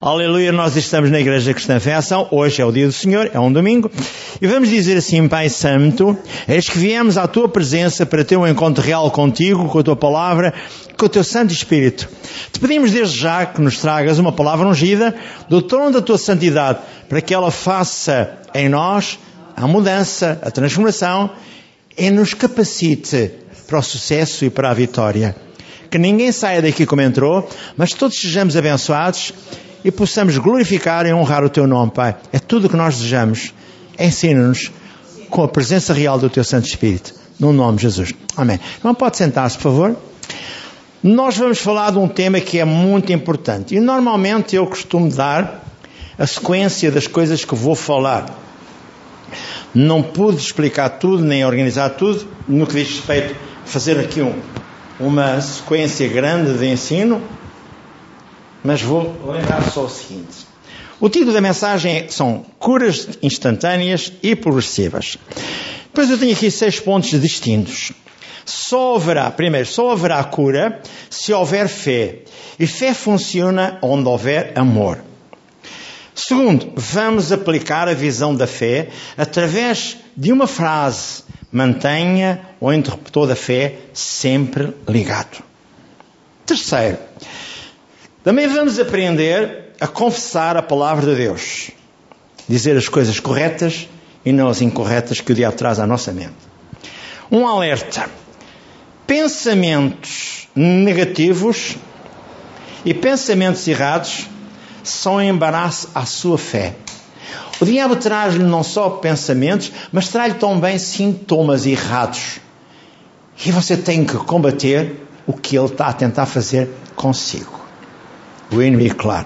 Aleluia, nós estamos na Igreja Cristã Fé em Ação. Hoje é o dia do Senhor, é um domingo. E vamos dizer assim: Pai Santo, eis que viemos à Tua presença para ter um encontro real contigo, com a Tua Palavra, com o Teu Santo Espírito. Te pedimos desde já que nos tragas uma palavra ungida do trono da Tua Santidade, para que ela faça em nós a mudança, a transformação e nos capacite para o sucesso e para a vitória. Que ninguém saia daqui como entrou, mas todos sejamos abençoados e possamos glorificar e honrar o Teu nome, Pai. É tudo o que nós desejamos. Ensina-nos com a presença real do Teu Santo Espírito. No nome de Jesus. Amém. Não pode sentar-se, por favor? Nós vamos falar de um tema que é muito importante. E normalmente eu costumo dar a sequência das coisas que vou falar. Não pude explicar tudo, nem organizar tudo, no que diz respeito a fazer aqui uma sequência grande de ensino, mas vou lembrar só o seguinte. O título da mensagem são curas instantâneas e progressivas. Depois eu tenho aqui 6 pontos distintos. Só haverá cura se houver fé. E fé funciona onde houver amor. Segundo, vamos aplicar a visão da fé através de uma frase: mantenha o interruptor da fé sempre ligado. Terceiro, também vamos aprender a confessar a palavra de Deus. Dizer as coisas corretas e não as incorretas que o diabo traz à nossa mente. Um alerta: pensamentos negativos e pensamentos errados são embaraço à sua fé. O diabo traz-lhe não só pensamentos, mas traz-lhe também sintomas errados. E você tem que combater o que ele está a tentar fazer consigo. O inimigo, claro.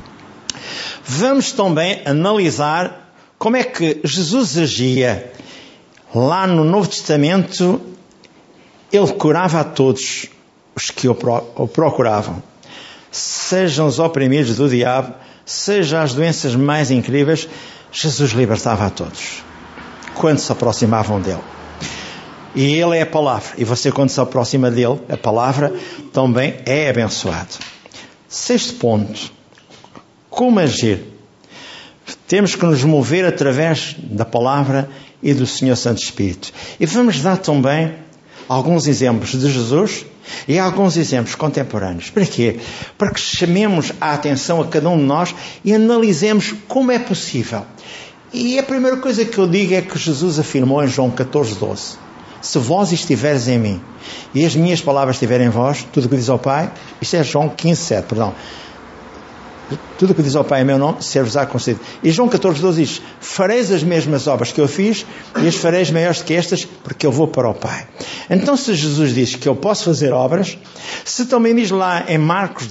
Vamos também analisar como é que Jesus agia. Lá no Novo Testamento, ele curava a todos os que o procuravam. Sejam os oprimidos do diabo, sejam as doenças mais incríveis, Jesus libertava a todos, quando se aproximavam dele. E ele é a palavra, e você, quando se aproxima dele, a palavra, também é abençoado. 6º ponto: como agir? Temos que nos mover através da palavra e do Senhor Santo Espírito. E vamos dar também alguns exemplos de Jesus e alguns exemplos contemporâneos. Para quê? Para que chamemos a atenção a cada um de nós e analisemos como é possível. E a primeira coisa que eu digo é que Jesus afirmou em João 14:12: se vós estiveres em mim e as minhas palavras estiverem em vós, tudo o que diz ao Pai, isto é João 15:7, perdão. Tudo o que diz ao Pai em meu nome, ser-vos-á concedido. E João 14:12 diz: fareis as mesmas obras que eu fiz e as fareis maiores do que estas, porque eu vou para o Pai. Então, se Jesus diz que eu posso fazer obras, se também diz lá em Marcos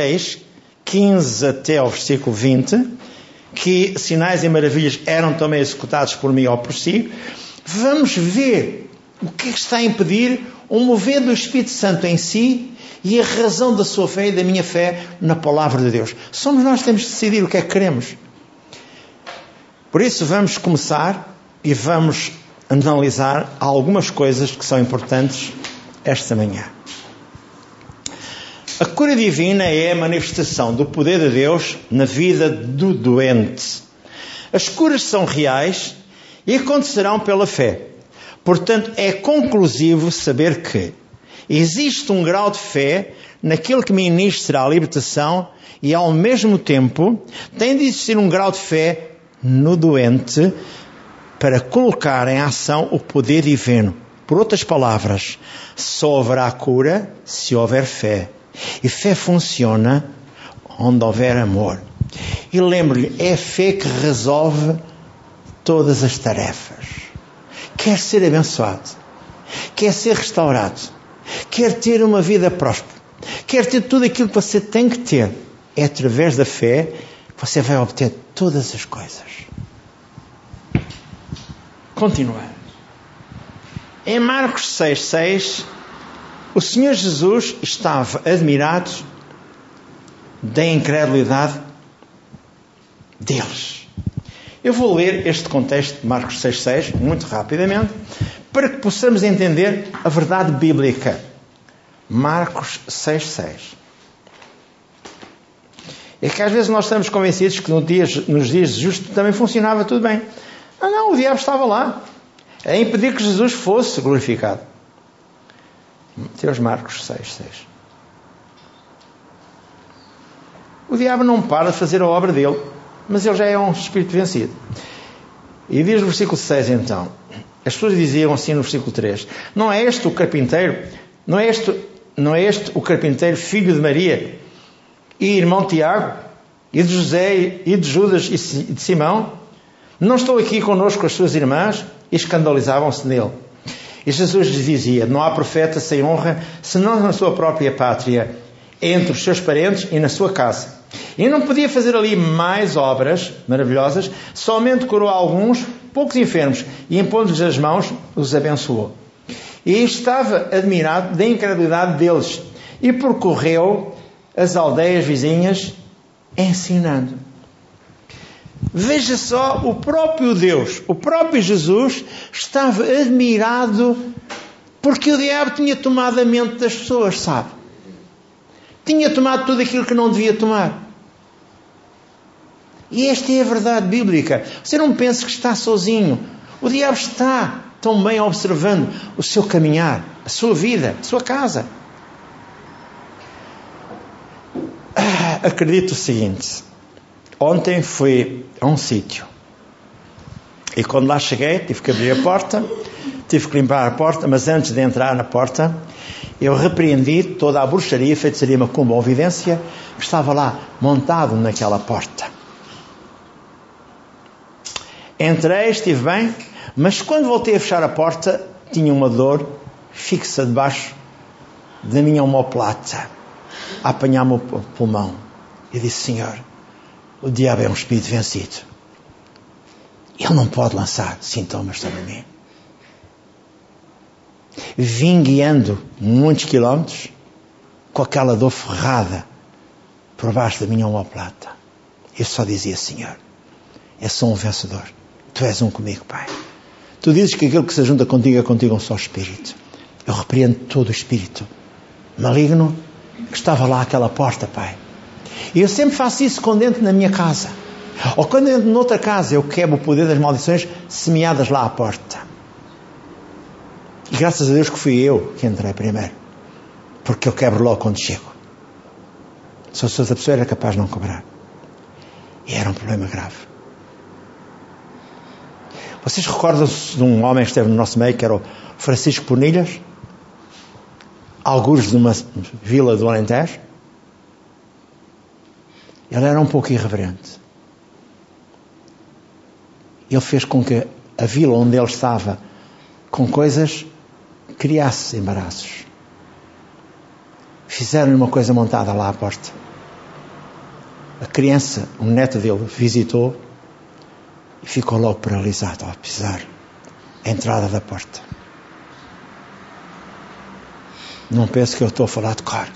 16:15 até ao versículo 20, que sinais e maravilhas eram também executados por mim ou por si, vamos ver o que está a impedir o mover do Espírito Santo em si e a razão da sua fé e da minha fé na palavra de Deus. Somos nós que temos de decidir o que é que queremos. Por isso vamos começar e vamos analisar algumas coisas que são importantes esta manhã. A cura divina é a manifestação do poder de Deus na vida do doente. As curas são reais e acontecerão pela fé. Portanto, é conclusivo saber que existe um grau de fé naquele que ministra a libertação e, ao mesmo tempo, tem de existir um grau de fé no doente para colocar em ação o poder divino. Por outras palavras, só haverá cura se houver fé. E fé funciona onde houver amor. E lembre-lhe, é a fé que resolve todas as tarefas. Quer ser abençoado, quer ser restaurado, quer ter uma vida próspera, quer ter tudo aquilo que você tem que ter, é através da fé que você vai obter todas as coisas. Continuando. Em Marcos 6:6, o Senhor Jesus estava admirado da incredulidade deles. Eu vou ler este contexto de Marcos 6:6 muito rapidamente, para que possamos entender a verdade bíblica. Marcos 6:6. É que às vezes nós estamos convencidos que nos dias de justo também funcionava tudo bem. Não, o diabo estava lá a impedir que Jesus fosse glorificado. Mateus Marcos 6:6. O diabo não para de fazer a obra dele, mas ele já é um espírito vencido. E diz no versículo 6 então, as pessoas diziam assim no versículo 3, não é este o carpinteiro, não é este o carpinteiro, filho de Maria, e irmão de Tiago, e de José, e de Judas, e de Simão? Não estou aqui connosco as suas irmãs? E escandalizavam-se nele. E Jesus lhes dizia, não há profeta sem honra, senão na sua própria pátria, entre os seus parentes e na sua casa. E não podia fazer ali mais obras maravilhosas, somente curou alguns, poucos enfermos, e impondo-lhes as mãos, os abençoou. E estava admirado da incredulidade deles, e percorreu as aldeias vizinhas, ensinando. Veja só, o próprio Deus, o próprio Jesus, estava admirado porque o diabo tinha tomado a mente das pessoas, sabe? Tinha tomado tudo aquilo que não devia tomar. E esta é a verdade bíblica. Você não pense que está sozinho. O diabo está também observando o seu caminhar, a sua vida, a sua casa. Acredito o seguinte. Ontem fui a um sítio. E quando lá cheguei, tive que abrir a porta, tive que limpar a porta, mas antes de entrar na porta, eu repreendi toda a bruxaria, feitiçaria, macumba ou vidência que estava lá montado naquela porta. Entrei, estive bem, mas quando voltei a fechar a porta, tinha uma dor fixa debaixo da minha omoplata, a apanhar-me o pulmão. Eu disse, Senhor, o diabo é um espírito vencido. Ele não pode lançar sintomas sobre mim. Vim guiando muitos quilómetros com aquela dor ferrada por baixo da minha omoplata. Eu só dizia, Senhor, eu sou um vencedor. Tu és um comigo, Pai. Tu dizes que aquilo que se junta contigo é contigo um só espírito. Eu repreendo todo o espírito maligno que estava lá àquela porta, Pai. E eu sempre faço isso quando entro na minha casa. Ou quando entro noutra casa, eu quebro o poder das maldições semeadas lá à porta. E graças a Deus que fui eu que entrei primeiro. Porque eu quebro logo quando chego. Se eu fosse outra pessoa, era capaz de não cobrar. E era um problema grave. Vocês recordam-se de um homem que esteve no nosso meio, que era o Francisco Pornilhas? Algures de uma vila do Alentejo? Ele era um pouco irreverente. Ele fez com que a vila onde ele estava, com coisas, criasse embaraços. Fizeram-lhe uma coisa montada lá à porta. A criança, um neto dele, visitou e ficou logo paralisado ao pisar a entrada da porta. Não pense que eu estou a falar de cor.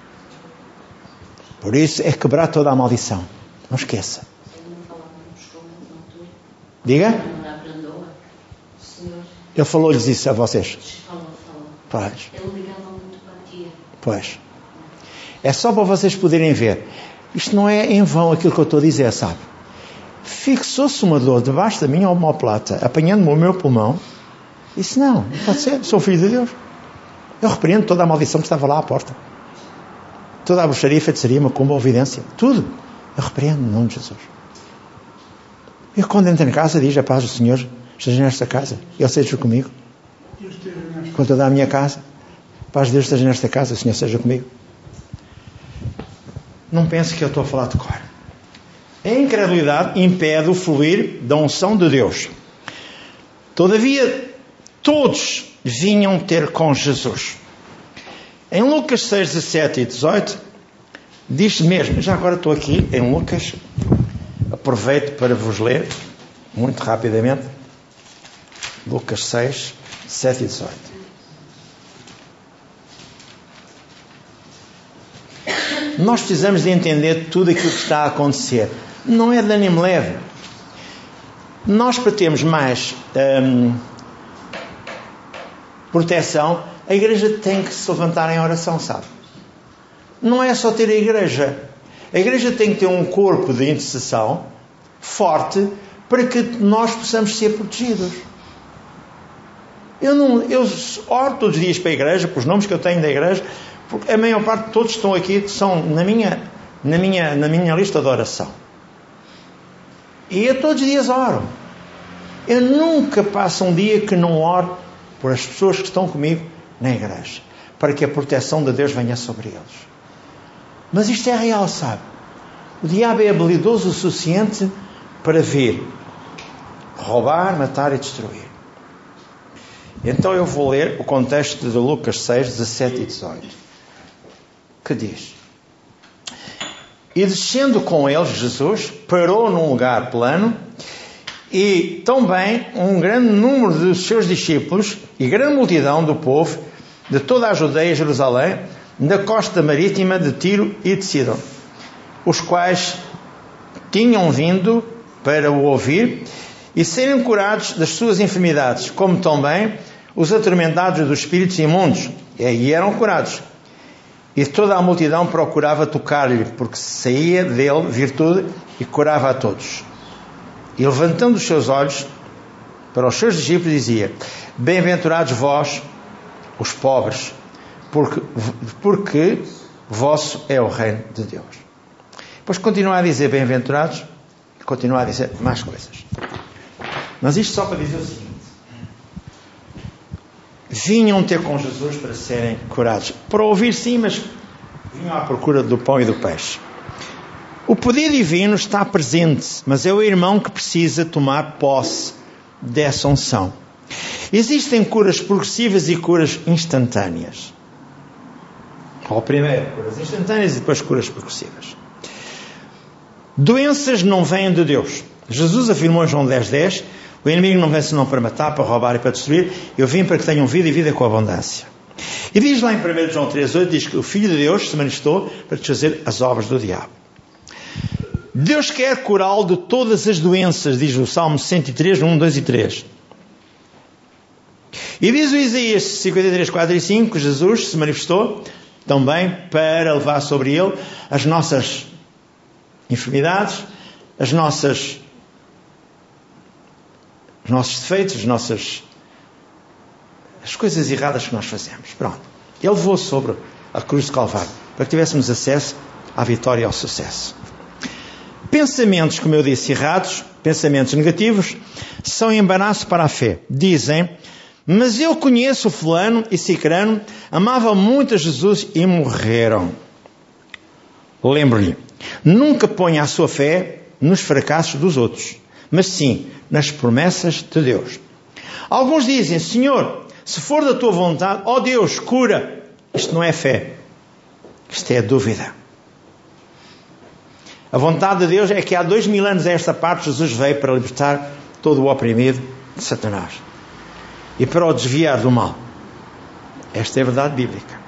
Por isso é quebrar toda a maldição. Não esqueça. Diga? Ele falou-lhes isso a vocês? Pois. Pois. É só para vocês poderem ver. Isto não é em vão aquilo que eu estou a dizer, sabe? Fixou-se uma dor debaixo da minha omoplata, apanhando-me o meu pulmão. Disse, não pode ser, sou filho de Deus. Eu repreendo toda a maldição que estava lá à porta. Toda a bruxaria, feitiçaria, macumba, ovidência. Tudo. Eu repreendo no nome de Jesus. E quando entro em casa, diz, a paz do Senhor esteja nesta casa. Ele seja comigo. Com toda a minha casa. A paz de Deus esteja nesta casa. O Senhor seja comigo. Não pense que eu estou a falar de cor. A incredulidade impede o fluir da unção de Deus. Todavia, todos vinham ter com Jesus. Em Lucas 6, 17 e 18, diz mesmo, já agora estou aqui em Lucas, aproveito para vos ler, muito rapidamente, Lucas 6, 17 e 18. Nós precisamos de entender tudo aquilo que está a acontecer. Não é de ânimo leve. Nós, para termos mais proteção, a igreja tem que se levantar em oração, sabe? Não é só ter a igreja. A igreja tem que ter um corpo de intercessão forte para que nós possamos ser protegidos. Eu oro todos os dias para a igreja, pelos nomes que eu tenho da igreja, porque a maior parte de todos que estão aqui são na minha lista de oração. E eu todos os dias oro. Eu nunca passo um dia que não oro por as pessoas que estão comigo na igreja, para que a proteção de Deus venha sobre eles. Mas isto é real, sabe? O diabo é habilidoso o suficiente para vir roubar, matar e destruir. Então eu vou ler o contexto de Lucas 6, 17 e 18, que diz: E descendo com eles, Jesus parou num lugar plano, e também um grande número dos seus discípulos e grande multidão do povo de toda a Judeia e Jerusalém, da costa marítima de Tiro e de Sidom, os quais tinham vindo para o ouvir e serem curados das suas enfermidades, como também os atormentados dos espíritos imundos, e eram curados. E toda a multidão procurava tocar-lhe, porque saía dele virtude e curava a todos. E levantando os seus olhos para os seus discípulos, dizia: Bem-aventurados vós, os pobres, porque vosso é o reino de Deus. Depois continua a dizer bem-aventurados, e continua a dizer mais coisas. Mas isto só para dizer o seguinte: vinham ter com Jesus para serem curados. Para ouvir sim, mas vinham à procura do pão e do peixe. O poder divino está presente, mas é o irmão que precisa tomar posse dessa unção. Existem curas progressivas e curas instantâneas. Ou primeiro curas instantâneas e depois curas progressivas. Doenças não vêm de Deus. Jesus afirmou em João 10:10: o inimigo não vem senão para matar, para roubar e para destruir. Eu vim para que tenham vida e vida com abundância. E diz lá em 1 João 3:8, diz que o Filho de Deus se manifestou para desfazer as obras do diabo. Deus quer curá-lo de todas as doenças, diz o Salmo 103, 1, 2 e 3. E diz o Isaías 53, 4 e 5, que Jesus se manifestou também para levar sobre ele as nossas enfermidades, os nossos defeitos, as coisas erradas que nós fazemos. Pronto. Ele levou sobre a cruz de Calvário para que tivéssemos acesso à vitória e ao sucesso. Pensamentos, como eu disse, errados, pensamentos negativos, são embaraço para a fé. Dizem: mas eu conheço o fulano e cicrano, amavam muito a Jesus e morreram. Lembro-lhe, nunca ponha a sua fé nos fracassos dos outros, mas sim nas promessas de Deus. Alguns dizem: Senhor, se for da tua vontade, ó Deus, cura. Isto não é fé, isto é dúvida. A vontade de Deus é que há 2000 anos a esta parte Jesus veio para libertar todo o oprimido de Satanás e para o desviar do mal. Esta é a verdade bíblica.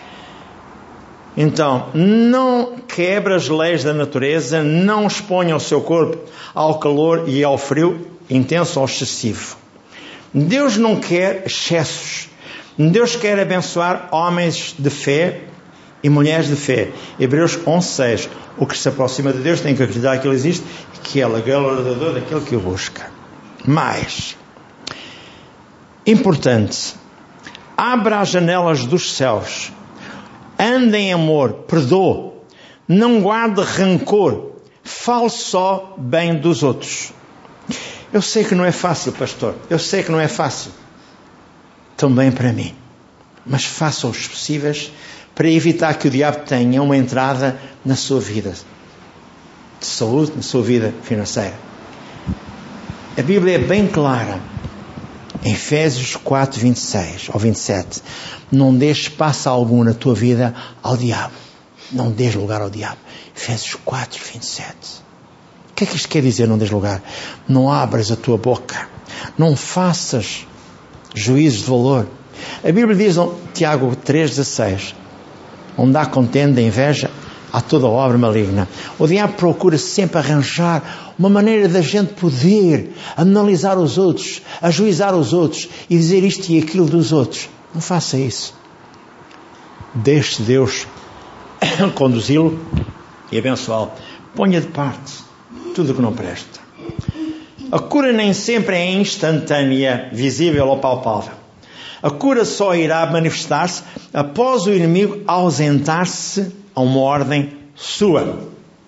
Então, não quebre as leis da natureza, não exponha o seu corpo ao calor e ao frio intenso ou excessivo. Deus não quer excessos. Deus quer abençoar homens de fé e mulheres de fé. Hebreus 11:6. O que se aproxima de Deus tem que acreditar que Ele existe e que Ele é galardoador daquele que o busca. Mais importante, abra as janelas dos céus, ande em amor, perdoe, não guarde rancor, fale só bem dos outros. Eu sei que não é fácil, pastor, eu sei que não é fácil, também para mim, mas faça os possíveis para evitar que o diabo tenha uma entrada na sua vida de saúde, na sua vida financeira. A Bíblia é bem clara. Em Efésios 4, 26 ou 27, não dês espaço algum na tua vida ao diabo. Não dês lugar ao diabo. Efésios 4, 27. O que é que isto quer dizer, não dês lugar? Não abras a tua boca. Não faças juízos de valor. A Bíblia diz em Tiago 3, 16, onde há contenda, inveja, há toda obra maligna. O diabo procura sempre arranjar uma maneira da gente poder analisar os outros, ajuizar os outros e dizer isto e aquilo dos outros. Não faça isso. Deixe Deus conduzi-lo e abençoá-lo. Ponha de parte tudo o que não presta. A cura nem sempre é instantânea, visível ou palpável. A cura só irá manifestar-se após o inimigo ausentar-se a uma ordem sua,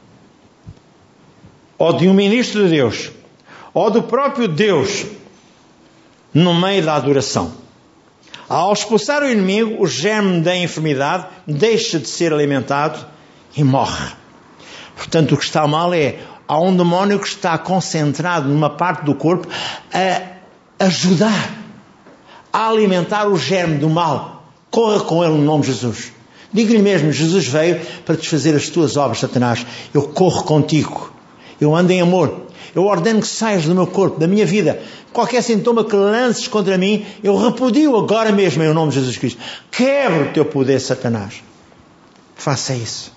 ou de um ministro de Deus, ou do próprio Deus, no meio da adoração. Ao expulsar o inimigo, o germe da enfermidade deixa de ser alimentado e morre. Portanto, o que está mal é, há um demónio que está concentrado numa parte do corpo a ajudar a alimentar o germe do mal. Corra com ele no nome de Jesus. Diga-lhe mesmo, Jesus veio para desfazer as tuas obras, Satanás. Eu corro contigo. Eu ando em amor. Eu ordeno que saias do meu corpo, da minha vida. Qualquer sintoma que lances contra mim, eu repudio agora mesmo em nome de Jesus Cristo. Quebra o teu poder, Satanás. Faça isso.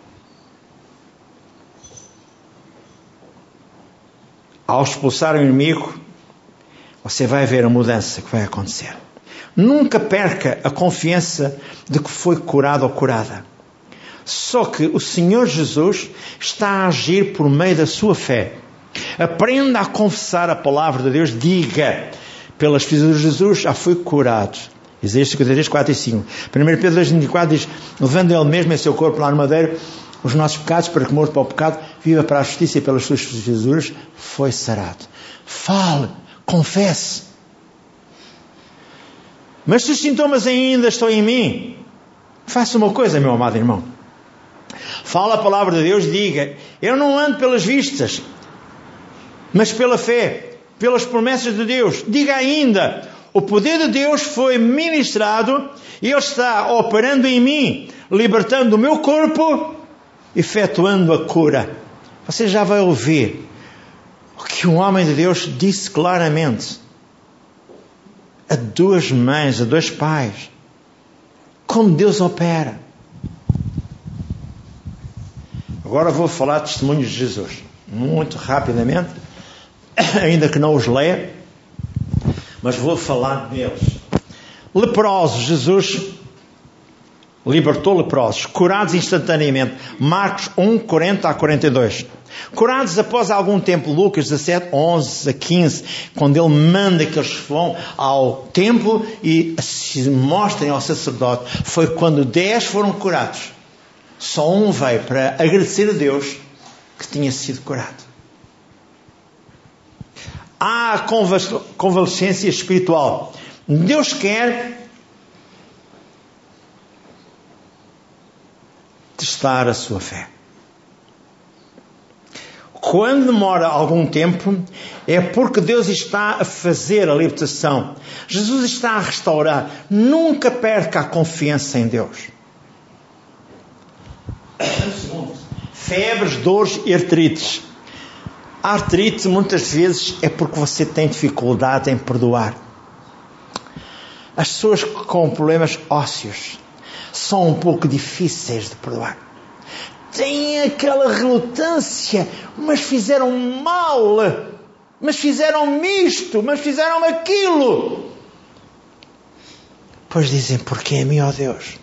Ao expulsar o inimigo, você vai ver a mudança que vai acontecer. Nunca perca a confiança de que foi curado ou curada. Só que o Senhor Jesus está a agir por meio da sua fé. Aprenda a confessar a palavra de Deus. Diga, pelas feridas de Jesus já fui curado. Isaías 53, 4 e 5. 1 Pedro 2, 24 diz: levando ele mesmo em seu corpo lá no madeiro os nossos pecados, para que morto para o pecado, viva para a justiça, e pelas suas feriduras foi sarado. Fale, confesse. Mas se os sintomas ainda estão em mim, faça uma coisa, meu amado irmão. Fala a palavra de Deus, diga: eu não ando pelas vistas, mas pela fé, pelas promessas de Deus. Diga ainda: o poder de Deus foi ministrado e Ele está operando em mim, libertando o meu corpo, efetuando a cura. Você já vai ouvir o que um homem de Deus disse claramente a duas mães, a dois pais, como Deus opera. Agora vou falar de testemunhos de Jesus, muito rapidamente, ainda que não os leia, mas vou falar deles. Leprosos, Jesus libertou leprosos, curados instantaneamente. Marcos 1, 40 a 42. Curados após algum tempo. Lucas 17, 11 a 15, quando ele manda que eles vão ao templo e se mostrem ao sacerdote. Foi quando 10 foram curados. Só um veio para agradecer a Deus que tinha sido curado. Há a convalescência espiritual. Deus quer testar a sua fé. Quando demora algum tempo, é porque Deus está a fazer a libertação. Jesus está a restaurar. Nunca perca a confiança em Deus. Febres, dores e artrites. A artrite muitas vezes é porque você tem dificuldade em perdoar. As pessoas com problemas ósseos são um pouco difíceis de perdoar. Têm aquela relutância, mas fizeram mal, mas fizeram isto, mas fizeram aquilo. Pois dizem: porque a mim, ó Deus?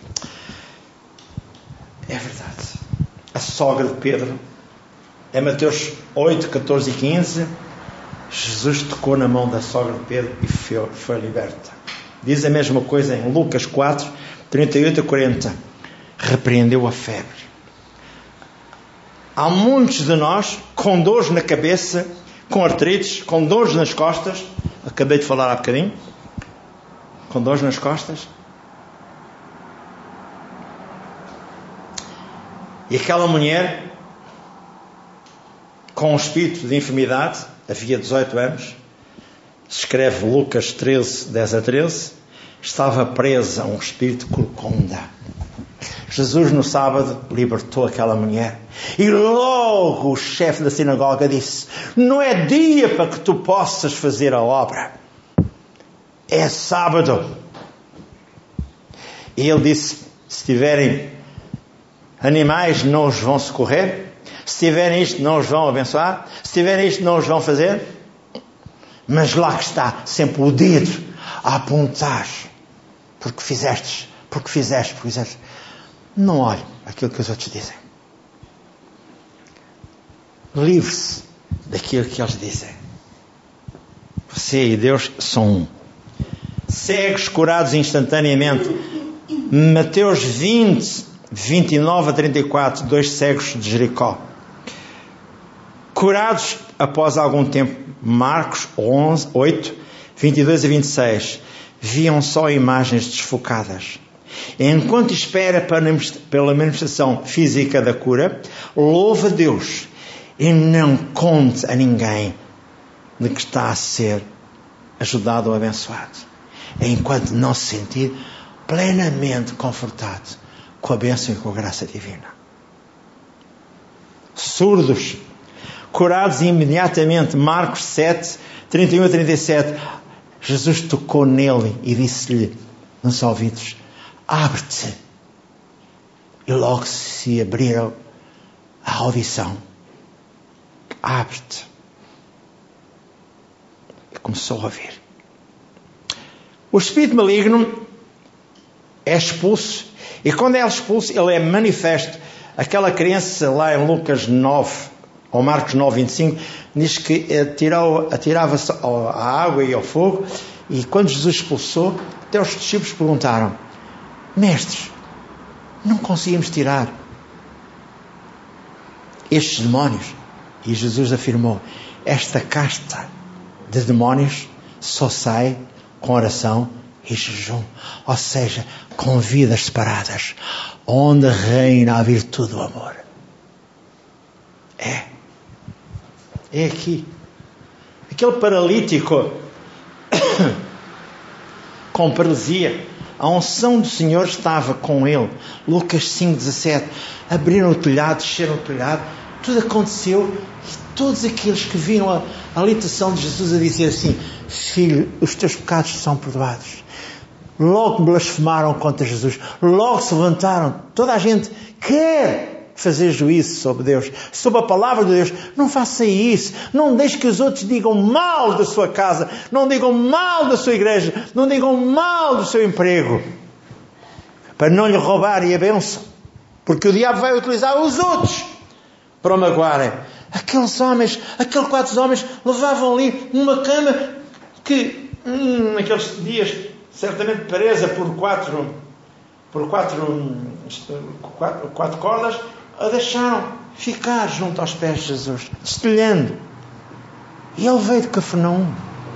É verdade. A sogra de Pedro, em Mateus 8, 14 e 15, Jesus tocou na mão da sogra de Pedro e foi liberta. Diz a mesma coisa em Lucas 4, 38 a 40. Repreendeu a febre. Há muitos de nós com dores na cabeça, com artrites, com dores nas costas. Acabei de falar há bocadinho. Com dores nas costas. E aquela mulher com um espírito de enfermidade, havia 18 anos, escreve Lucas 13, 10 a 13, estava presa a um espírito corcunda. Jesus no sábado libertou aquela mulher. E logo o chefe da sinagoga disse: não é dia para que tu possas fazer a obra. É sábado. E ele disse: se tiverem animais, não os vão socorrer. Se tiverem isto, não os vão abençoar. Se tiverem isto, não os vão fazer. Mas lá que está sempre o dedo a apontar. Porque fizeste. Não olhe aquilo que os outros dizem. Livre-se daquilo que eles dizem. Você e Deus são um. Cegos curados instantaneamente. Mateus 20, 29 a 34, 2 cegos de Jericó. Curados após algum tempo. Marcos 11, 8, 22 a 26. Viam só imagens desfocadas. Enquanto espera pela manifestação física da cura, louva a Deus e não conte a ninguém de que está a ser ajudado ou abençoado, enquanto não se sentir plenamente confortado com a bênção e com a graça divina. Surdos, curados imediatamente. Marcos 7, 31 a 37. Jesus tocou nele e disse-lhe nos ouvidos: abre-te. E logo se abriram a audição. Abre-te. E começou a ouvir. O espírito maligno é expulso, e quando é expulso, ele é manifesto. Aquela criança lá em Lucas 9, ou Marcos 9, 25, diz que atirava-se à água e ao fogo, e quando Jesus expulsou, até os discípulos perguntaram: mestres, não conseguimos tirar estes demónios? E Jesus afirmou: esta casta de demónios só sai com oração e jejum, ou seja, com vidas separadas, onde reina a virtude do amor. É aqui. Aquele paralítico com paralisia, a unção do Senhor estava com ele. Lucas 5,17. Abriram o telhado, desceram o telhado, tudo aconteceu, e todos aqueles que viram a libertação de Jesus a dizer assim: filho, os teus pecados são perdoados. Logo blasfemaram contra Jesus, logo se levantaram. Toda a gente quer fazer juízo sobre Deus, sobre a palavra de Deus. Não faça isso. Não deixe que os outros digam mal da sua casa, não digam mal da sua igreja, não digam mal do seu emprego, para não lhe roubarem a bênção, porque o diabo vai utilizar os outros para o magoarem. Aqueles 4 homens levavam ali uma cama que naqueles dias certamente presa por quatro cordas, a deixaram ficar junto aos pés de Jesus, destelhando. E ele veio de Cafarnaum.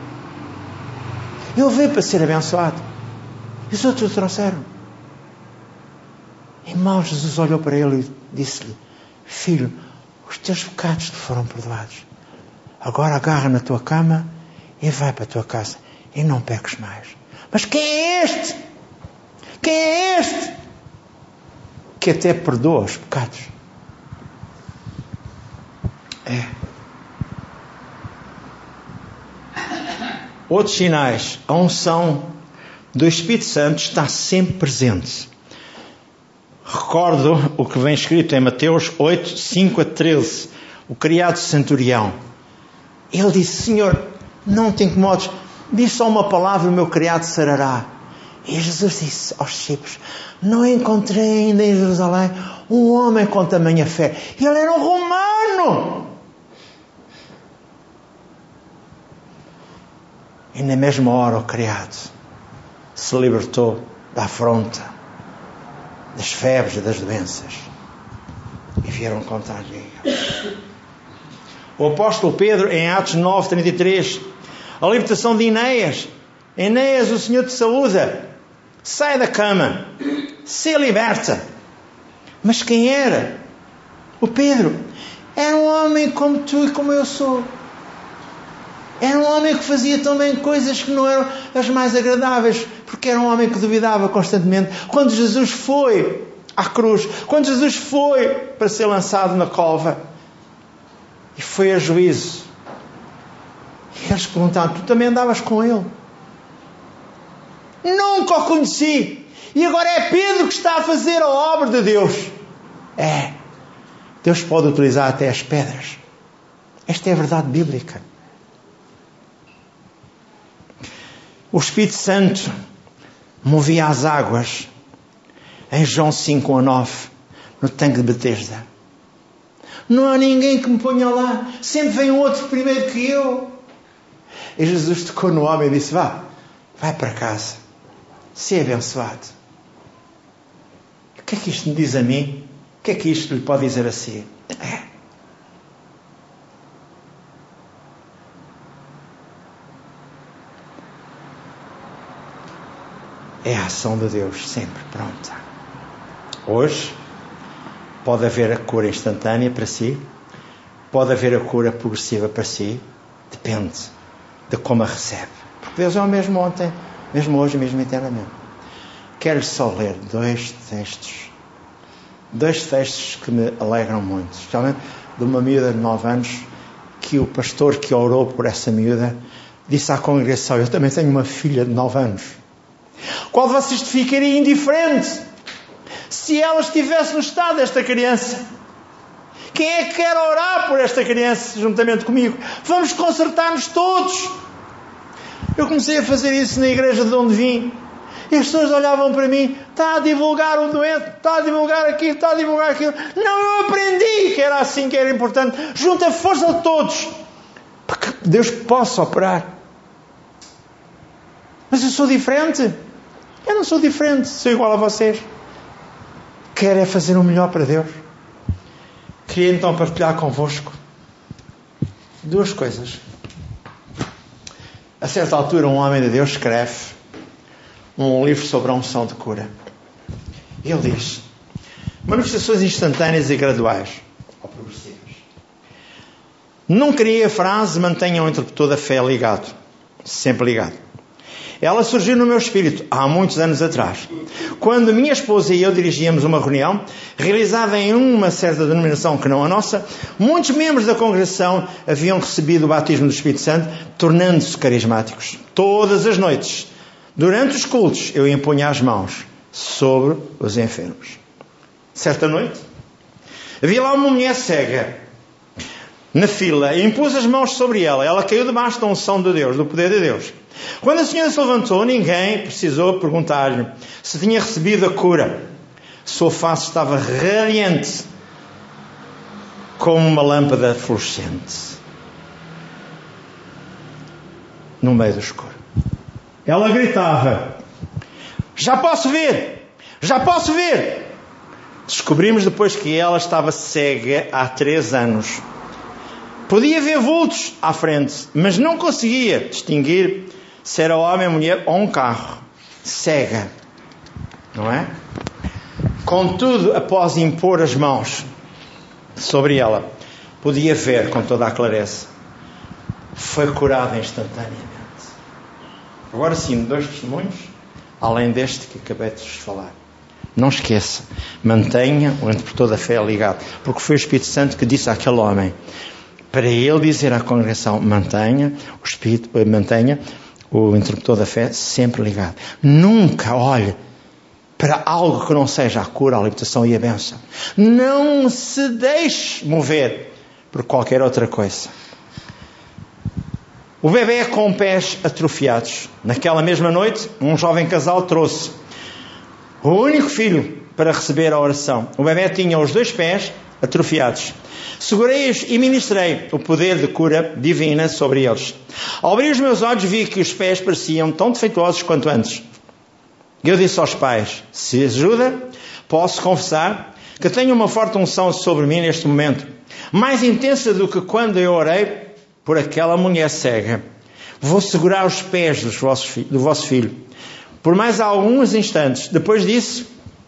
Ele veio para ser abençoado. E os outros o trouxeram. E mal Jesus olhou para ele e disse-lhe: filho, os teus pecados te foram perdoados. Agora agarra na tua cama e vai para a tua casa e não peques mais. Mas quem é este? Quem é este que até perdoa os pecados? Outros sinais. A unção do Espírito Santo está sempre presente. Recordo o que vem escrito em Mateus 8, 5 a 13. O criado centurião. Ele disse: Senhor, não te incomodes, diz só uma palavra e o meu criado sarará. E Jesus disse aos discípulos: não encontrei ainda em Jerusalém um homem com tamanha fé. Ele era um romano. E na mesma hora o criado se libertou da afronta, das febres e das doenças, e vieram contar-lhe. O apóstolo Pedro, em Atos 9, 33, a libertação de Enéas. Enéas, o Senhor te saúda. Sai da cama. Se liberta. Mas quem era? O Pedro. Era um homem como tu e como eu sou. Era um homem que fazia também coisas que não eram as mais agradáveis, porque era um homem que duvidava constantemente. Quando Jesus foi à cruz, quando Jesus foi para ser lançado na cova e foi a juízo, e eles perguntaram: tu também andavas com ele? Nunca o conheci. E agora é Pedro que está a fazer a obra de Deus. Deus pode utilizar até as pedras. Esta é a verdade bíblica. O Espírito Santo movia as águas em João 5 a 9, no tanque de Betesda. Não há ninguém que me ponha lá. Sempre vem outro primeiro que eu. E Jesus tocou no homem e disse: vai para casa. Se abençoado. O que é que isto me diz a mim? O que é que isto lhe pode dizer a si? É a ação de Deus sempre pronta. Hoje pode haver a cura instantânea para si, pode haver a cura progressiva para si, depende de como a recebe. Porque Deus é o mesmo ontem, mesmo hoje e mesmo eternamente. Quero só ler dois textos que me alegram muito, especialmente de uma miúda de 9 anos, que o pastor que orou por essa miúda disse à congregação: eu também tenho uma filha de 9 anos. Qual de vocês ficaria indiferente se ela estivesse no estado desta criança? Quem é que quer orar por esta criança juntamente comigo? Vamos consertar-nos todos. Eu comecei a fazer isso na igreja de onde vim. E as pessoas olhavam para mim: está a divulgar um doente, está a divulgar aquilo, está a divulgar aquilo. Não, eu aprendi que era assim que era importante. Junta a força de todos para que Deus possa operar. Mas eu sou diferente. Eu não sou diferente, sou igual a vocês. Quero é fazer o melhor para Deus. Queria então partilhar convosco 2 coisas. A certa altura, um homem de Deus escreve um livro sobre a unção de cura. Ele diz: manifestações instantâneas e graduais, ou progressivas. Não criei a frase: mantenham o interruptor da fé ligado, sempre ligado. Ela surgiu no meu espírito há muitos anos atrás, quando minha esposa e eu dirigíamos uma reunião realizada em uma certa denominação que não a nossa. Muitos membros da congregação haviam recebido o batismo do Espírito Santo, tornando-se carismáticos. Todas as noites, durante os cultos, eu impunha as mãos sobre os enfermos. Certa noite, havia lá uma mulher cega na fila e impus as mãos sobre ela. Ela caiu debaixo da unção de Deus, do poder de Deus. Quando a senhora se levantou, ninguém precisou perguntar-lhe se tinha recebido a cura. Sua face estava radiante, como uma lâmpada fluorescente no meio do escuro. Ela gritava: já posso ver! Já posso ver! Descobrimos depois que ela estava cega há 3 anos. Podia ver vultos à frente, mas não conseguia distinguir se era homem, mulher ou um carro. Cega, não é? Contudo, após impor as mãos sobre ela, podia ver com toda a clareza. Foi curada instantaneamente. Agora sim, 2 testemunhos, além deste que acabei de vos falar. Não esqueça, mantenha o interruptor da fé ligado, porque foi o Espírito Santo que disse àquele homem para ele dizer à congregação: mantenha o interruptor da fé sempre ligado. Nunca olhe para algo que não seja a cura, a libertação e a bênção. Não se deixe mover por qualquer outra coisa. O bebê com pés atrofiados. Naquela mesma noite, um jovem casal trouxe o único filho para receber a oração. O bebê tinha os 2 pés atrofiados. Segurei-os e ministrei o poder de cura divina sobre eles. Ao abrir os meus olhos, vi que os pés pareciam tão defeituosos quanto antes. Eu disse aos pais: se ajuda, posso confessar que tenho uma forte unção sobre mim neste momento, mais intensa do que quando eu orei por aquela mulher cega. Vou segurar os pés do vosso filho por mais alguns instantes. Depois disso,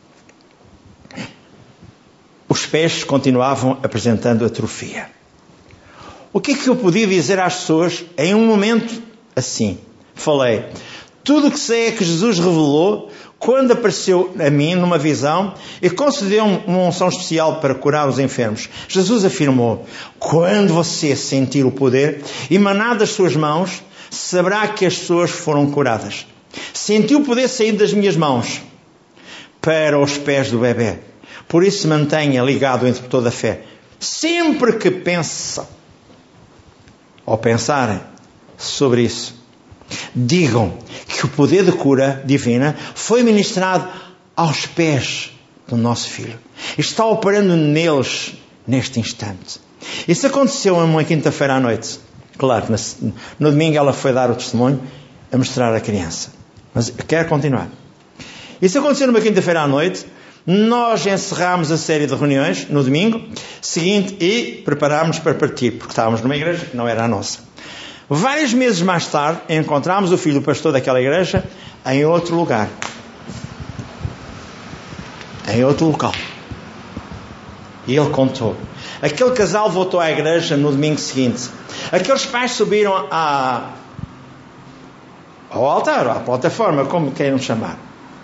os pés continuavam apresentando atrofia. O que é que eu podia dizer às pessoas em um momento assim? Falei: tudo o que sei é que Jesus revelou quando apareceu a mim numa visão e concedeu-me uma unção especial para curar os enfermos. Jesus afirmou: quando você sentir o poder emanado das suas mãos, saberá que as pessoas foram curadas. Senti o poder sair das minhas mãos para os pés do bebê. Por isso, mantenha ligado o interruptor da fé. Sempre que pensa ou pensarem sobre isso, digam que o poder de cura divina foi ministrado aos pés do nosso filho. Está operando neles neste instante. Isso aconteceu uma quinta-feira à noite. Claro, no domingo ela foi dar o testemunho a mostrar a criança. Mas quero continuar. Isso aconteceu numa quinta-feira à noite. Nós encerrámos a série de reuniões no domingo seguinte e preparámos para partir, porque estávamos numa igreja que não era a nossa. Vários meses mais tarde, encontramos o filho do pastor daquela igreja em outro lugar. Em outro local. E ele contou. Aquele casal voltou à igreja no domingo seguinte. Aqueles pais subiram ao altar, à plataforma, como queiram chamar,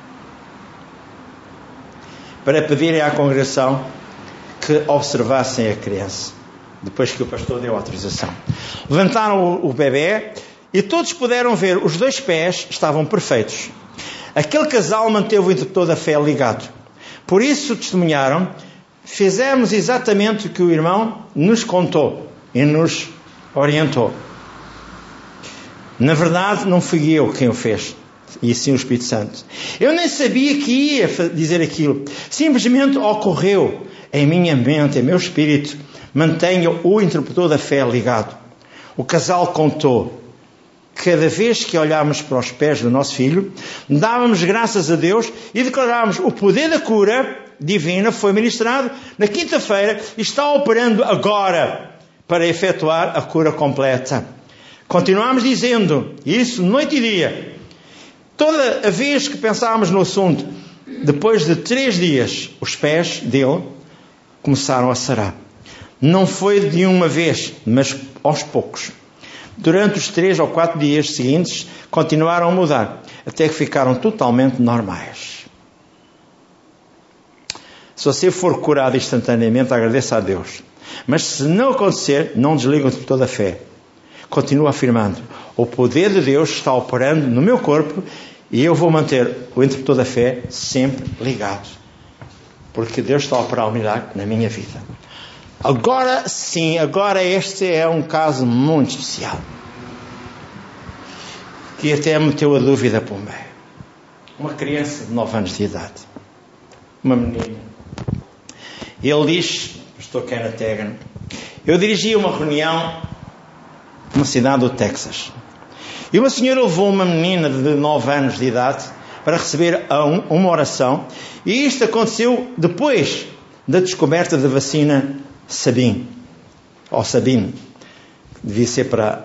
para pedirem à congregação que observassem a criança, depois que o pastor deu autorização. Levantaram o bebê e todos puderam ver, os 2 pés estavam perfeitos. Aquele casal manteve o interruptor da fé ligado. Por isso testemunharam: fizemos exatamente o que o irmão nos contou e nos orientou. Na verdade, não fui eu quem o fez, e sim o Espírito Santo. Eu nem sabia que ia dizer aquilo. Simplesmente ocorreu em minha mente, em meu espírito. Mantenho o interruptor da fé ligado. O casal contou: cada vez que olhávamos para os pés do nosso filho, dávamos graças a Deus e declarávamos: o poder da cura divina foi ministrado na quinta-feira e está operando agora para efetuar a cura completa. Continuámos dizendo isso noite e dia. Toda a vez que pensávamos no assunto, depois de 3 dias, os pés dele começaram a sarar. Não foi de uma vez, mas aos poucos. Durante os 3 ou 4 dias seguintes, continuaram a mudar, até que ficaram totalmente normais. Se você for curado instantaneamente, agradeça a Deus. Mas se não acontecer, não desligue o interruptor da fé. Continua afirmando: o poder de Deus está operando no meu corpo e eu vou manter o interruptor da fé sempre ligado. Porque Deus está a operar um milagre na minha vida. Agora sim, agora este é um caso muito especial. Que até meteu a dúvida por meio. Uma criança de 9 anos de idade. Uma menina. Ele diz, pastor Kenneth Hagin: eu dirigia uma reunião numa cidade do Texas. E uma senhora levou uma menina de 9 anos de idade para receber uma oração. E isto aconteceu depois da descoberta da vacina Sabine. Ou Sabine. Devia ser para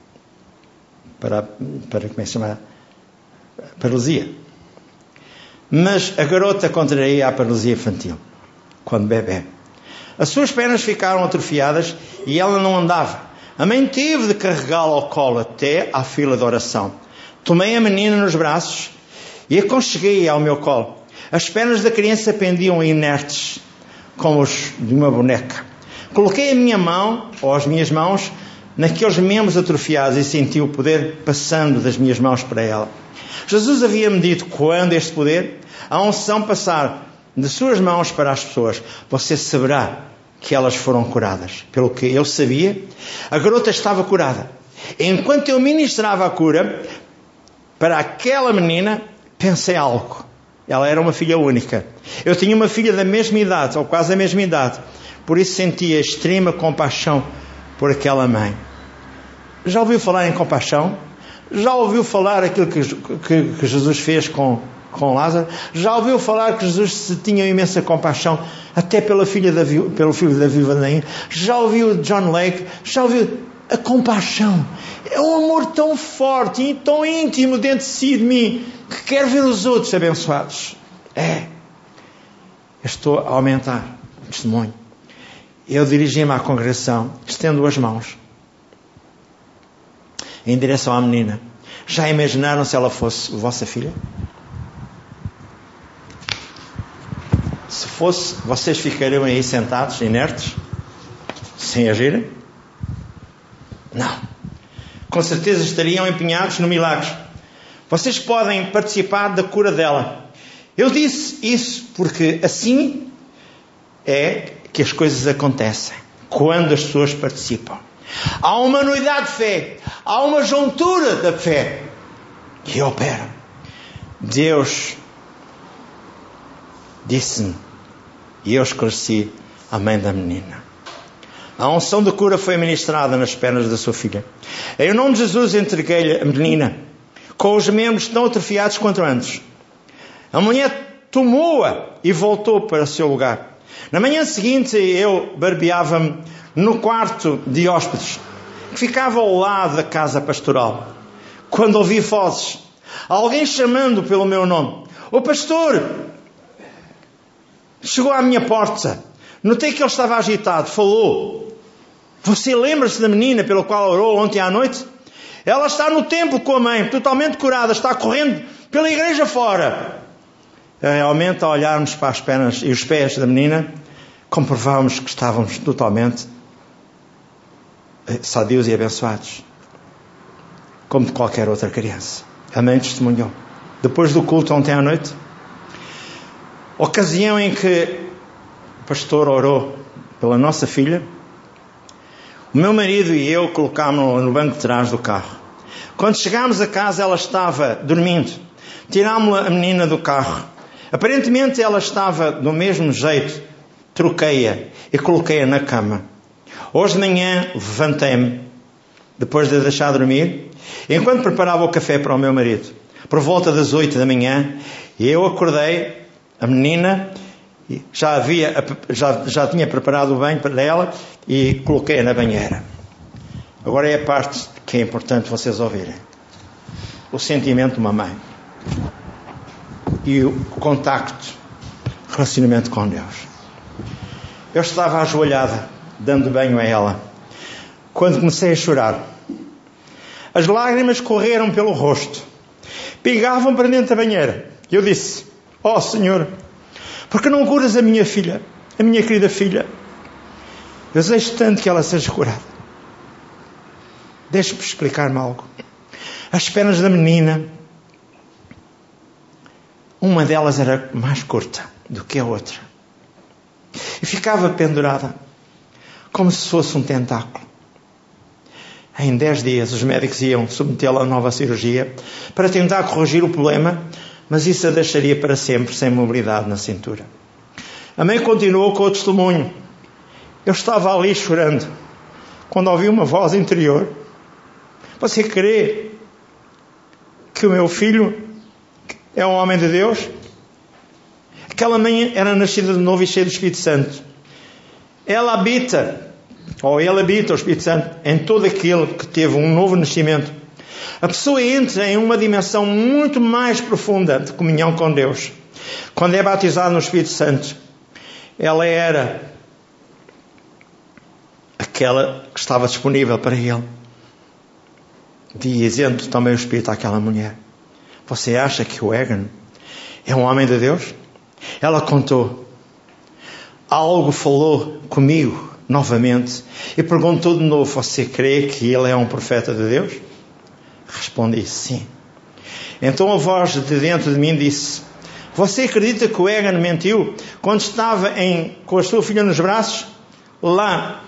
como é que se chama? Paralisia. Mas a garota contraía a paralisia infantil quando bebê. As suas pernas ficaram atrofiadas e ela não andava. A mãe teve de carregá-la ao colo até à fila de oração. Tomei a menina nos braços e aconcheguei-a ao meu colo. As pernas da criança pendiam inertes, como os de uma boneca. Coloquei a minha mão, ou as minhas mãos, naqueles membros atrofiados e senti o poder passando das minhas mãos para ela. Jesus havia-me dito: quando este poder, a unção passar de suas mãos para as pessoas, você saberá que elas foram curadas. Pelo que eu sabia, a garota estava curada. Enquanto eu ministrava a cura para aquela menina, pensei algo. Ela era uma filha única. Eu tinha uma filha da mesma idade, ou quase da mesma idade. Por isso sentia extrema compaixão por aquela mãe. Já ouviu falar em compaixão? Já ouviu falar aquilo que Jesus fez com Lázaro? Já ouviu falar que Jesus tinha imensa compaixão até pelo filho da viúva Naim? Já ouviu John Lake? Já ouviu a compaixão? É um amor tão forte e tão íntimo dentro de si, de mim, que quer ver os outros abençoados. Eu estou a aumentar o testemunho. Eu dirigi-me à congregação, estendo as mãos em direção à menina. Já imaginaram se ela fosse vossa filha? Se fosse, vocês ficariam aí sentados, inertes, sem agirem? Não. Com certeza estariam empenhados no milagre. Vocês podem participar da cura dela. Eu disse isso porque assim é que as coisas acontecem. Quando as pessoas participam. Há uma unidade de fé. Há uma juntura da fé que opera. Deus disse-me, e eu esclareci a mãe da menina: A unção de cura foi ministrada nas pernas da sua filha. Em nome de Jesus entreguei-lhe a menina, com os membros tão atrofiados quanto antes. A mulher tomou-a e voltou para o seu lugar. Na manhã seguinte eu barbeava-me no quarto de hóspedes, que ficava ao lado da casa pastoral, quando ouvi vozes, alguém chamando pelo meu nome. O pastor chegou à minha porta. Notei que ele estava agitado. Falou: você lembra-se da menina pela qual orou ontem à noite? Ela está no templo com a mãe, totalmente curada, está correndo pela igreja fora. Realmente, ao olharmos para as pernas e os pés da menina, comprovávamos que estávamos totalmente sadios e abençoados, como de qualquer outra criança. A mãe testemunhou. Depois do culto ontem à noite, ocasião em que o pastor orou pela nossa filha, o meu marido e eu colocámos-la no banco de trás do carro. Quando chegámos a casa, ela estava dormindo. Tirámos a menina do carro. Aparentemente ela estava do mesmo jeito. Troquei-a e coloquei-a na cama. Hoje de manhã levantei-me, depois de a deixar dormir, enquanto preparava o café para o meu marido. Por volta das 8 da manhã, eu acordei a menina, já tinha preparado o banho para ela e coloquei-a na banheira. Agora é a parte que é importante vocês ouvirem. O sentimento de uma mãe e o contacto, relacionamento com Deus. Eu estava ajoelhada, dando banho a ela, quando comecei a chorar. As lágrimas correram pelo rosto, pingavam para dentro da banheira. Eu disse: ó Senhor, por que não curas a minha filha, a minha querida filha? Eu desejo tanto que ela seja curada. Deixe-me explicar-me algo. As pernas da menina, uma delas era mais curta do que a outra, e ficava pendurada, como se fosse um tentáculo. Em 10 dias os médicos iam submetê-la a nova cirurgia para tentar corrigir o problema, mas isso a deixaria para sempre sem mobilidade na cintura. A mãe continuou com o testemunho. Eu estava ali chorando, quando ouvi uma voz interior: você crê que o meu filho é um homem de Deus? Aquela mãe era nascida de novo e cheia do Espírito Santo. Ele habita, o Espírito Santo, em todo aquele que teve um novo nascimento. A pessoa entra em uma dimensão muito mais profunda de comunhão com Deus quando é batizada no Espírito Santo. Ela era aquela que estava disponível para ele, dizendo também o Espírito àquela mulher: você acha que o Egan é um homem de Deus? Ela contou. Algo falou comigo novamente e perguntou de novo: você crê que ele é um profeta de Deus? Respondi: sim. Então a voz de dentro de mim disse: você acredita que o Egan mentiu quando estava com a sua filha nos braços, lá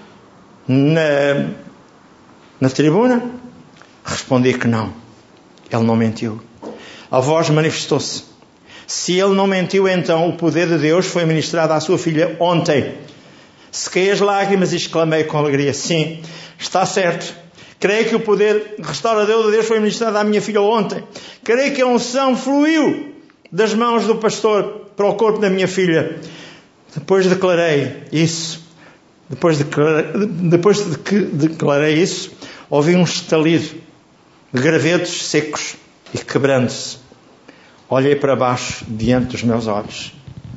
na tribuna? Respondi que não. Ele não mentiu. A voz manifestou-se: se ele não mentiu, então o poder de Deus foi ministrado à sua filha ontem. Sequei as lágrimas e exclamei com alegria: sim, está certo. Creio que o poder restaurador de Deus foi ministrado à minha filha ontem. Creio que a unção fluiu das mãos do pastor para o corpo da minha filha. Depois declarei isso. Depois de que declarei isso, ouvi um estalido de gravetos secos e quebrando-se. Olhei para baixo diante dos meus olhos.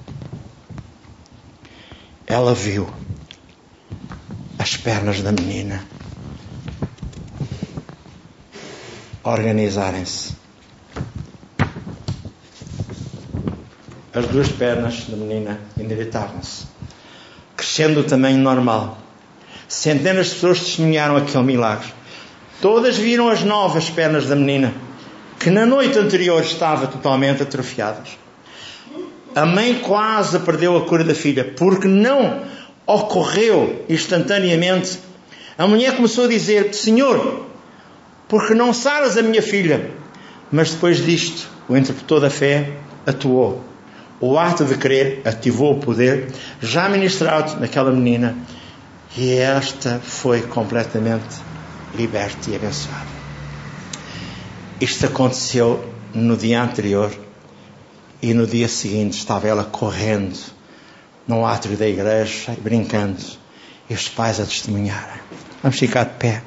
Ela viu as pernas da menina organizarem-se. As duas pernas da menina endireitavam-se, crescendo o tamanho normal. Centenas de pessoas testemunharam aquele milagre. Todas viram as novas pernas da menina, que na noite anterior estavam totalmente atrofiadas. A mãe quase perdeu a cura da filha, porque não ocorreu instantaneamente. A mulher começou a dizer: Senhor, porque não saras a minha filha? Mas depois disto, o interpretor da fé atuou. O ato de crer ativou o poder já ministrado naquela menina, E esta foi completamente liberta e abençoada. Isto aconteceu no dia anterior e no dia seguinte estava ela correndo no átrio da igreja, brincando, e os pais a testemunharem. Vamos ficar de pé.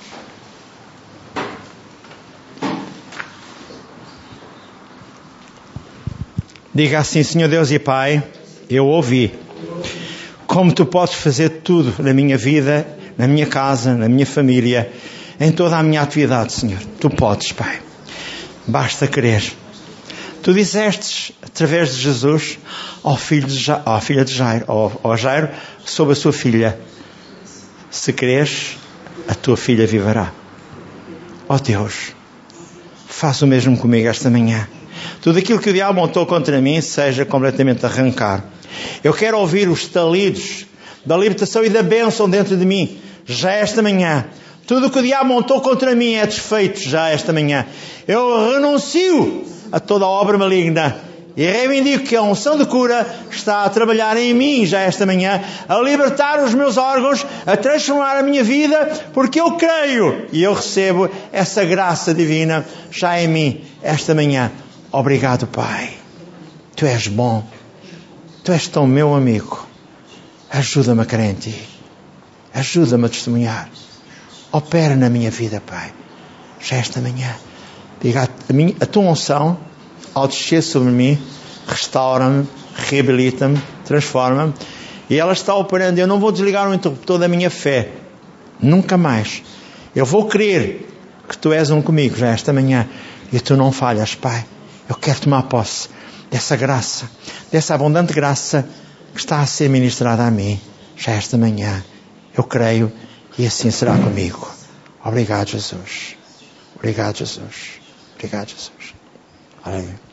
Diga assim: Senhor Deus e Pai, eu ouvi como Tu podes fazer tudo na minha vida, na minha casa, na minha família, em toda a minha atividade, Senhor. Tu podes, Pai. Basta crer. Tu disseste, através de Jesus, ao filho de Jairo, ao Jairo, sobre a sua filha: se creres, a tua filha viverá. Ó Deus, faz o mesmo comigo esta manhã. Tudo aquilo que o diabo montou contra mim seja completamente arrancar. Eu quero ouvir os estalidos da libertação e da bênção dentro de mim, já esta manhã. Tudo o que o diabo montou contra mim é desfeito já esta manhã. Eu renuncio a toda a obra maligna e reivindico que a unção de cura está a trabalhar em mim já esta manhã, a libertar os meus órgãos, a transformar a minha vida, porque eu creio e eu recebo essa graça divina já em mim esta manhã. Obrigado, Pai. Tu és bom. Tu és tão meu amigo. Ajuda-me a crer em Ti. Ajuda-me a testemunhar. Opera na minha vida, Pai. Já esta manhã. Diga a Tua unção, ao descer sobre mim, restaura-me, reabilita-me, transforma-me. E ela está operando. Eu não vou desligar o interruptor da minha fé. Nunca mais. Eu vou crer que Tu és um comigo já esta manhã. E Tu não falhas, Pai. Eu quero tomar posse dessa graça, dessa abundante graça que está a ser ministrada a mim já esta manhã. Eu creio e assim será comigo. Obrigado, Jesus. Obrigado, Jesus. Obrigado, Jesus. Aleluia.